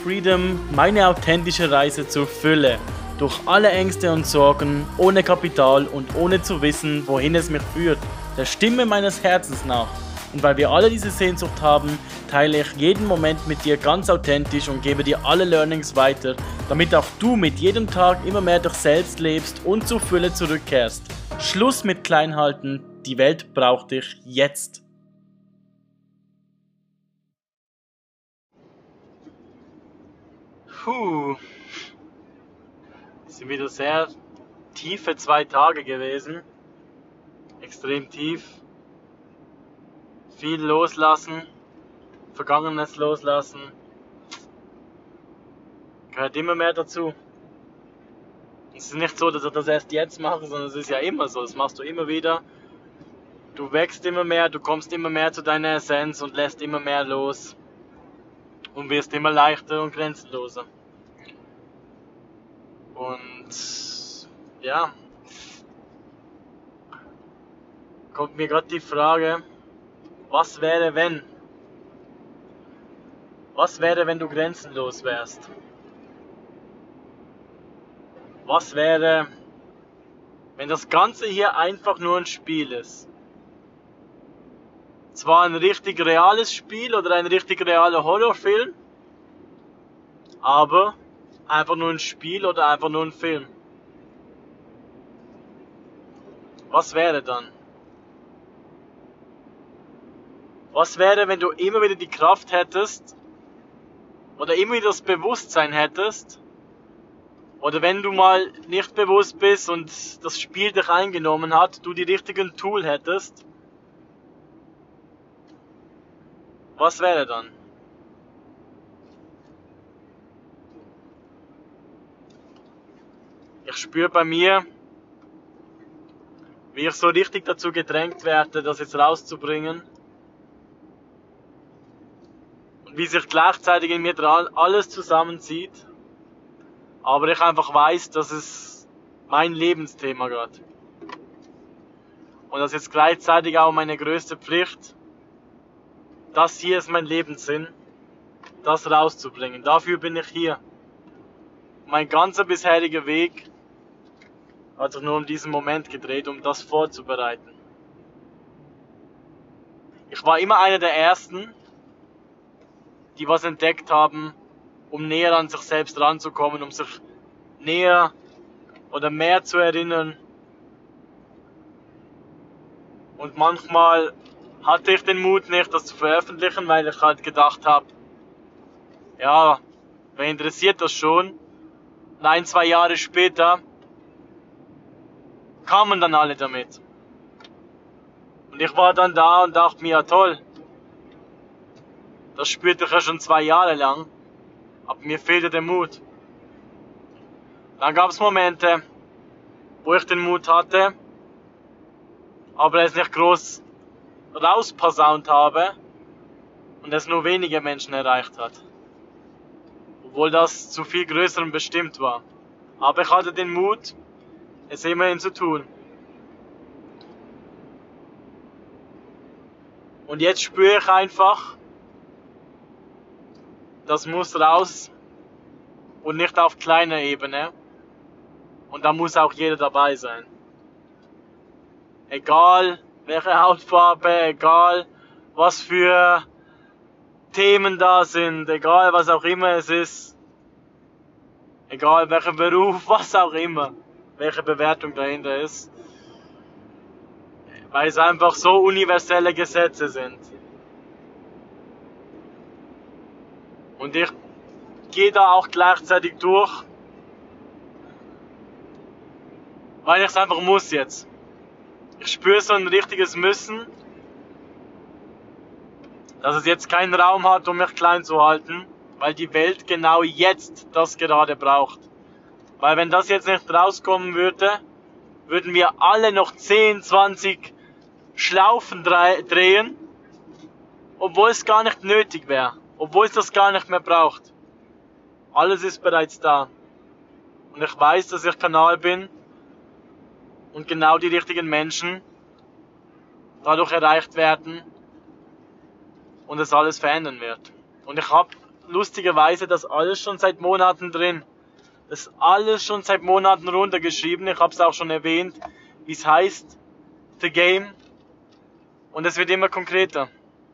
Freedom meine authentische Reise zur Fülle. Durch alle Ängste und Sorgen, ohne Kapital und ohne zu wissen, wohin es mich führt. Der Stimme meines Herzens nach. Und weil wir alle diese Sehnsucht haben, teile ich jeden Moment mit dir ganz authentisch und gebe dir alle Learnings weiter, damit auch du mit jedem Tag immer mehr dich selbst lebst und zur Fülle zurückkehrst. Schluss mit Kleinhalten, die Welt braucht dich jetzt. Es sind wieder sehr tiefe 2 Tage gewesen. Extrem tief. Viel loslassen. Vergangenes loslassen. Gehört immer mehr dazu. Es ist nicht so, dass ich das erst jetzt mache, sondern es ist ja immer so. Das machst du immer wieder. Du wächst immer mehr, du kommst immer mehr zu deiner Essenz und lässt immer mehr los. Und wirst immer leichter und grenzenloser. Und ja, kommt mir gerade die Frage, was wäre wenn? Was wäre, wenn du grenzenlos wärst? Was wäre, wenn das Ganze hier einfach nur ein Spiel ist? Zwar ein richtig reales Spiel oder ein richtig realer Horrorfilm, aber einfach nur ein Spiel oder einfach nur ein Film. Was wäre dann? Was wäre, wenn du immer wieder die Kraft hättest oder immer wieder das Bewusstsein hättest, oder wenn du mal nicht bewusst bist und das Spiel dich eingenommen hat, du die richtigen Tools hättest, was wäre dann? Ich spüre bei mir, wie ich so richtig dazu gedrängt werde, das jetzt rauszubringen. Und wie sich gleichzeitig in mir dran alles zusammenzieht. Aber ich einfach weiß, dass es mein Lebensthema gerade. Und das ist jetzt gleichzeitig auch meine größte Pflicht. Das hier ist mein Lebenssinn, das rauszubringen. Dafür bin ich hier. Mein ganzer bisheriger Weg hat sich nur um diesen Moment gedreht, um das vorzubereiten. Ich war immer einer der Ersten, die was entdeckt haben, um näher an sich selbst ranzukommen, um sich näher oder mehr zu erinnern. Und manchmal hatte ich den Mut nicht, das zu veröffentlichen, weil ich halt gedacht habe, ja, wer interessiert das schon? Und 1, 2 Jahre später kamen dann alle damit. Und ich war dann da und dachte mir, ja toll, das spürte ich ja schon 2 Jahre lang, aber mir fehlte der Mut. Dann gab es Momente, wo ich den Mut hatte, aber es nicht groß rausposaunt habe und es nur wenige Menschen erreicht hat. Obwohl das zu viel Größerem bestimmt war. Aber ich hatte den Mut, es immerhin zu tun. Und jetzt spüre ich einfach, das muss raus und nicht auf kleiner Ebene. Und da muss auch jeder dabei sein. Egal welche Hautfarbe, egal was für Themen da sind, egal was auch immer es ist, egal welcher Beruf, was auch immer, welche Bewertung dahinter ist, weil es einfach so universelle Gesetze sind. Und ich gehe da auch gleichzeitig durch, weil ich es einfach muss jetzt. Ich spüre so ein richtiges Müssen, dass es jetzt keinen Raum hat, um mich klein zu halten, weil die Welt genau jetzt das gerade braucht. Weil wenn das jetzt nicht rauskommen würde, würden wir alle noch 10, 20 Schlaufen drehen, obwohl es gar nicht nötig wäre, obwohl es das gar nicht mehr braucht. Alles ist bereits da. Und ich weiß, dass ich Kanal bin und genau die richtigen Menschen dadurch erreicht werden und es alles verändern wird. Und ich habe lustigerweise das alles schon seit Monaten drin. Das ist alles schon seit Monaten runtergeschrieben. Ich habe es auch schon erwähnt, wie es heißt. The Game. Und es wird immer konkreter.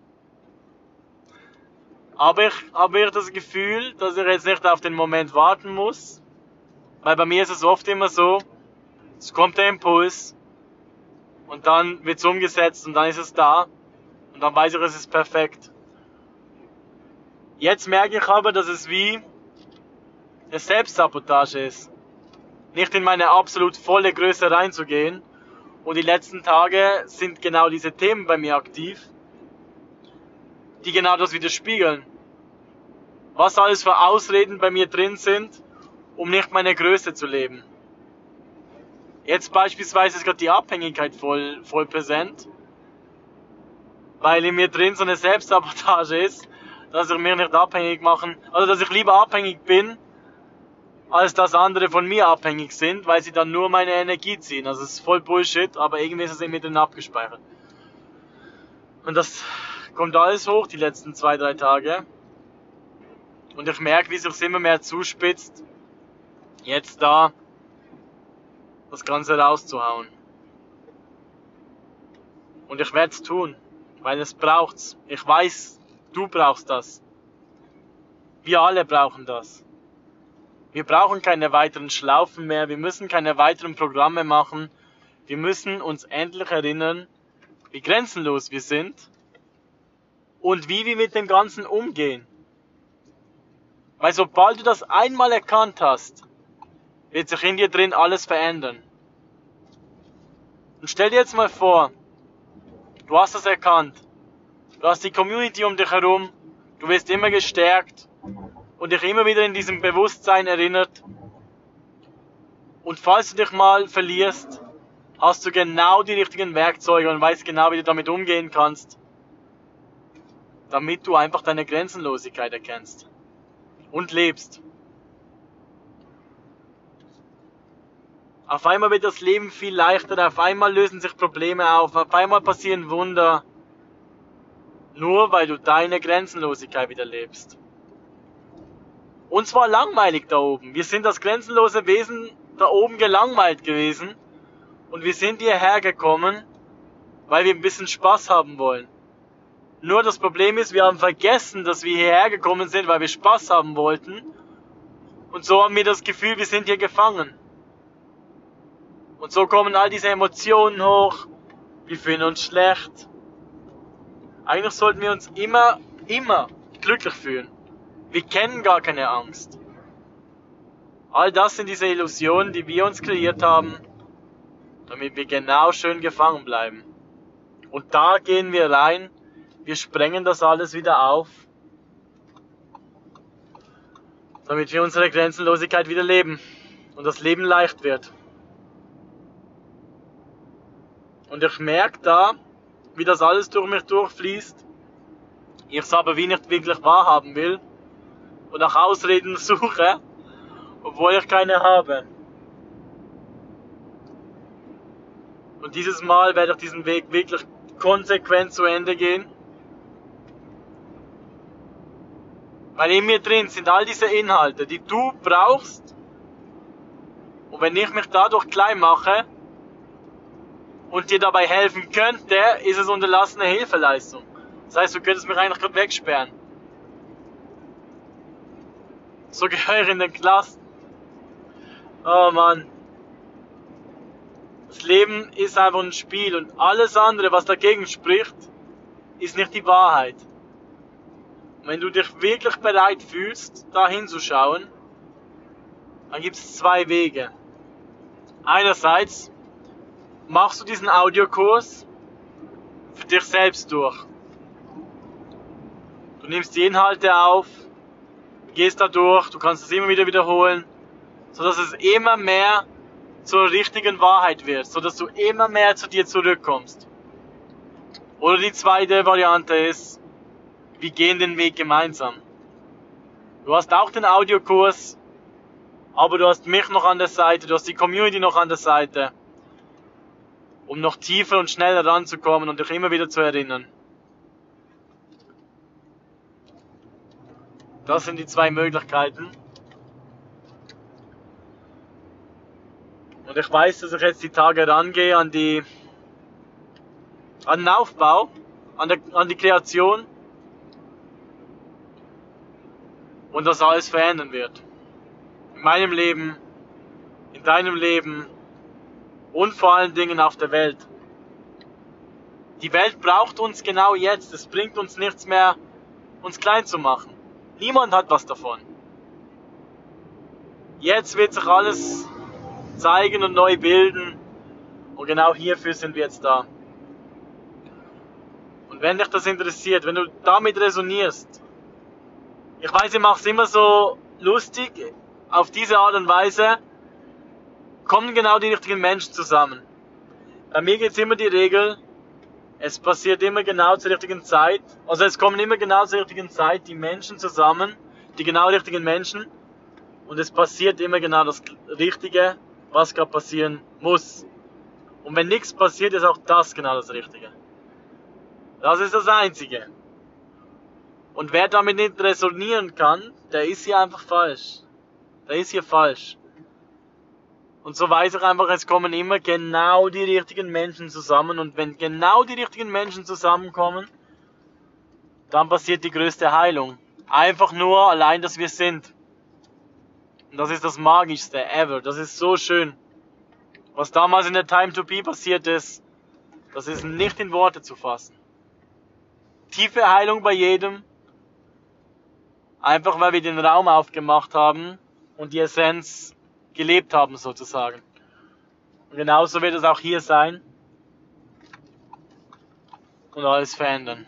Aber ich habe das Gefühl, dass ich jetzt nicht auf den Moment warten muss. Weil bei mir ist es oft immer so, es kommt der Impuls und dann wird es umgesetzt und dann ist es da. Und dann weiß ich, es ist perfekt. Jetzt merke ich aber, dass es wie eine Selbstsabotage ist. Nicht in meine absolut volle Größe reinzugehen. Und die letzten Tage sind genau diese Themen bei mir aktiv, die genau das widerspiegeln. Was alles für Ausreden bei mir drin sind, um nicht meine Größe zu leben. Jetzt beispielsweise ist gerade die Abhängigkeit voll präsent, weil in mir drin so eine Selbstsabotage ist, dass ich mich nicht abhängig machen, also dass ich lieber abhängig bin, als dass andere von mir abhängig sind, weil sie dann nur meine Energie ziehen. Also es ist voll Bullshit, aber irgendwie ist es in mir drin abgespeichert. Und das kommt alles hoch die letzten 2-3 Tage. Und ich merke, wie es sich immer mehr zuspitzt, jetzt da das Ganze rauszuhauen. Und ich werde es tun, weil es braucht's. Ich weiß, du brauchst das. Wir alle brauchen das. Wir brauchen keine weiteren Schlaufen mehr, wir müssen keine weiteren Programme machen. Wir müssen uns endlich erinnern, wie grenzenlos wir sind und wie wir mit dem Ganzen umgehen. Weil sobald du das einmal erkannt hast, wird sich in dir drin alles verändern. Und stell dir jetzt mal vor, du hast das erkannt. Du hast die Community um dich herum, du wirst immer gestärkt und dich immer wieder in diesem Bewusstsein erinnert. Und falls du dich mal verlierst, hast du genau die richtigen Werkzeuge und weißt genau, wie du damit umgehen kannst, damit du einfach deine Grenzenlosigkeit erkennst und lebst. Auf einmal wird das Leben viel leichter, auf einmal lösen sich Probleme auf einmal passieren Wunder, nur weil du deine Grenzenlosigkeit wieder lebst. Uns war langweilig da oben. Wir sind das grenzenlose Wesen da oben gelangweilt gewesen und wir sind hierher gekommen, weil wir ein bisschen Spaß haben wollen. Nur das Problem ist, wir haben vergessen, dass wir hierher gekommen sind, weil wir Spaß haben wollten und so haben wir das Gefühl, wir sind hier gefangen. Und so kommen all diese Emotionen hoch, wir fühlen uns schlecht. Eigentlich sollten wir uns immer glücklich fühlen. Wir kennen gar keine Angst. All das sind diese Illusionen, die wir uns kreiert haben, damit wir genau schön gefangen bleiben. Und da gehen wir rein, wir sprengen das alles wieder auf, damit wir unsere Grenzenlosigkeit wieder leben und das Leben leicht wird. Und ich merke da, wie das alles durch mich durchfließt, ich es aber wie nicht wirklich wahrhaben will und nach Ausreden suche, obwohl ich keine habe. Und dieses Mal werde ich diesen Weg wirklich konsequent zu Ende gehen. Weil in mir drin sind all diese Inhalte, die du brauchst. Und wenn ich mich dadurch klein mache und dir dabei helfen könnte, ist es unterlassene Hilfeleistung. Das heißt, du könntest mich eigentlich gerade wegsperren. So gehöre ich in den Knast. Oh Mann. Das Leben ist einfach ein Spiel und alles andere, was dagegen spricht, ist nicht die Wahrheit. Und wenn du dich wirklich bereit fühlst, da hinzuschauen, dann gibt es 2 Wege. Einerseits machst du diesen Audiokurs für dich selbst durch. Du nimmst die Inhalte auf, gehst da durch, du kannst es immer wieder wiederholen, sodass es immer mehr zur richtigen Wahrheit wird, sodass du immer mehr zu dir zurückkommst. Oder die zweite Variante ist, wir gehen den Weg gemeinsam. Du hast auch den Audiokurs, aber du hast mich noch an der Seite, du hast die Community noch an der Seite, um noch tiefer und schneller ranzukommen und dich immer wieder zu erinnern. Das sind die zwei Möglichkeiten. Und ich weiß, dass ich jetzt die Tage rangehe an den Aufbau, an die Kreation und das alles verändern wird. In meinem Leben, in deinem Leben und vor allen Dingen auf der Welt. Die Welt braucht uns genau jetzt. Es bringt uns nichts mehr, uns klein zu machen. Niemand hat was davon. Jetzt wird sich alles zeigen und neu bilden. Und genau hierfür sind wir jetzt da. Und wenn dich das interessiert, wenn du damit resonierst, ich weiß, ich mache es immer so lustig, auf diese Art und Weise kommen genau die richtigen Menschen zusammen. Bei mir gibt es immer die Regel, es passiert immer genau zur richtigen Zeit, also es kommen immer genau zur richtigen Zeit die Menschen zusammen, die genau richtigen Menschen, und es passiert immer genau das Richtige, was gerade passieren muss. Und wenn nichts passiert, ist auch das genau das Richtige. Das ist das Einzige. Und wer damit nicht resonieren kann, der ist hier einfach falsch. Der ist hier falsch. Und so weiß ich einfach, es kommen immer genau die richtigen Menschen zusammen. Und wenn genau die richtigen Menschen zusammenkommen, dann passiert die größte Heilung. Einfach nur allein, dass wir sind. Und das ist das Magischste ever. Das ist so schön. Was damals in der Time to Be passiert ist, das ist nicht in Worte zu fassen. Tiefe Heilung bei jedem. Einfach weil wir den Raum aufgemacht haben und die Essenz gelebt haben sozusagen. Und genauso wird es auch hier sein und alles verändern.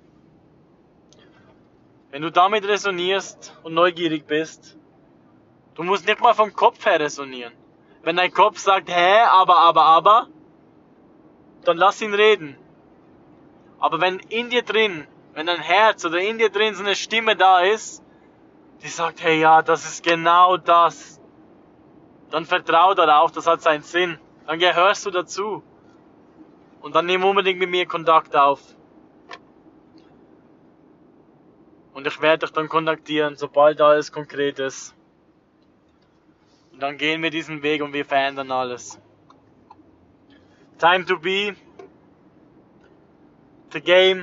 Wenn du damit resonierst und neugierig bist, du musst nicht mal vom Kopf her resonieren. Wenn dein Kopf sagt, aber, dann lass ihn reden. Aber wenn in dir drin, wenn dein Herz oder in dir drin so eine Stimme da ist, die sagt, hey, ja, das ist genau das, dann vertrau darauf, das hat seinen Sinn. Dann gehörst du dazu. Und dann nimm unbedingt mit mir Kontakt auf. Und ich werde dich dann kontaktieren, sobald alles konkret ist. Und dann gehen wir diesen Weg und wir verändern alles. Time to be. The game.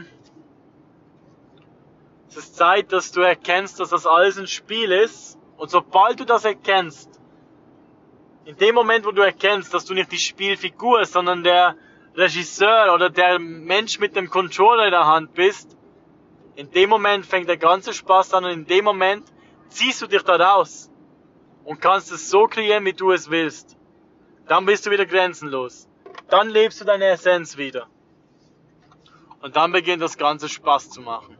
Es ist Zeit, dass du erkennst, dass das alles ein Spiel ist. Und sobald du das erkennst, in dem Moment, wo du erkennst, dass du nicht die Spielfigur, sondern der Regisseur oder der Mensch mit dem Controller in der Hand bist, in dem Moment fängt der ganze Spaß an und in dem Moment ziehst du dich da raus und kannst es so kreieren, wie du es willst. Dann bist du wieder grenzenlos. Dann lebst du deine Essenz wieder. Und dann beginnt das Ganze Spaß zu machen.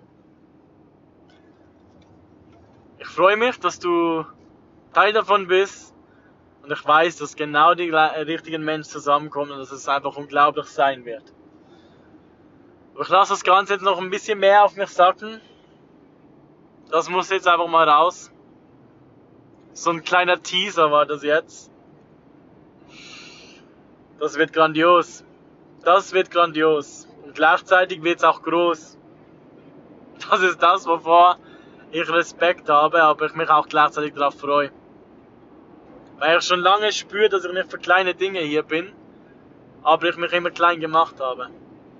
Ich freue mich, dass du Teil davon bist. Und ich weiß, dass genau die richtigen Menschen zusammenkommen und dass es einfach unglaublich sein wird. Aber ich lasse das Ganze jetzt noch ein bisschen mehr auf mich sacken. Das muss jetzt einfach mal raus. So ein kleiner Teaser war das jetzt. Das wird grandios. Das wird grandios. Und gleichzeitig wird es auch groß. Das ist das, wovor ich Respekt habe, aber ich mich auch gleichzeitig darauf freue. Weil ich schon lange spüre, dass ich nicht für kleine Dinge hier bin, aber ich mich immer klein gemacht habe.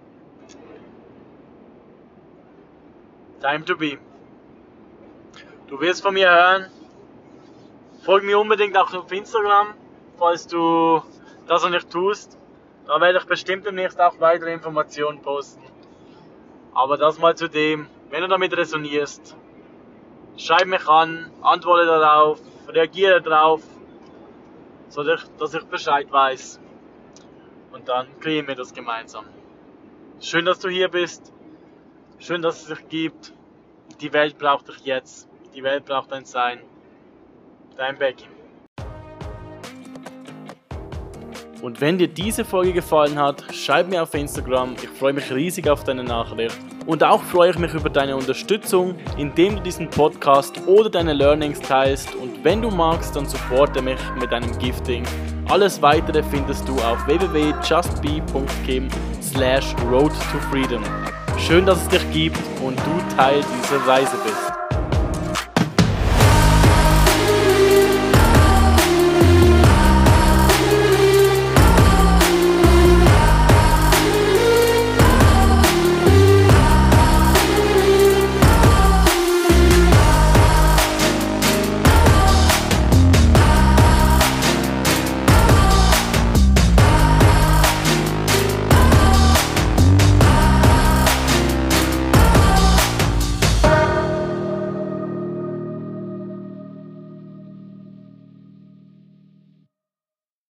Time to be. Du wirst von mir hören. Folg mir unbedingt auch auf Instagram, falls du das noch nicht tust. Da werde ich bestimmt demnächst auch weitere Informationen posten. Aber das mal zu dem, wenn du damit resonierst, schreib mich an, antworte darauf, reagiere darauf, so dass ich Bescheid weiß. Und dann kreieren wir das gemeinsam. Schön, dass du hier bist. Schön, dass es dich gibt. Die Welt braucht dich jetzt. Die Welt braucht dein Sein. Dein Becky. Und wenn dir diese Folge gefallen hat, schreib mir auf Instagram. Ich freue mich riesig auf deine Nachricht. Und auch freue ich mich über deine Unterstützung, indem du diesen Podcast oder deine Learnings teilst. Und wenn du magst, dann supporte mich mit deinem Gifting. Alles weitere findest du auf www.justbe.kim/roadtofreedom. Schön, dass es dich gibt und du Teil dieser Reise bist.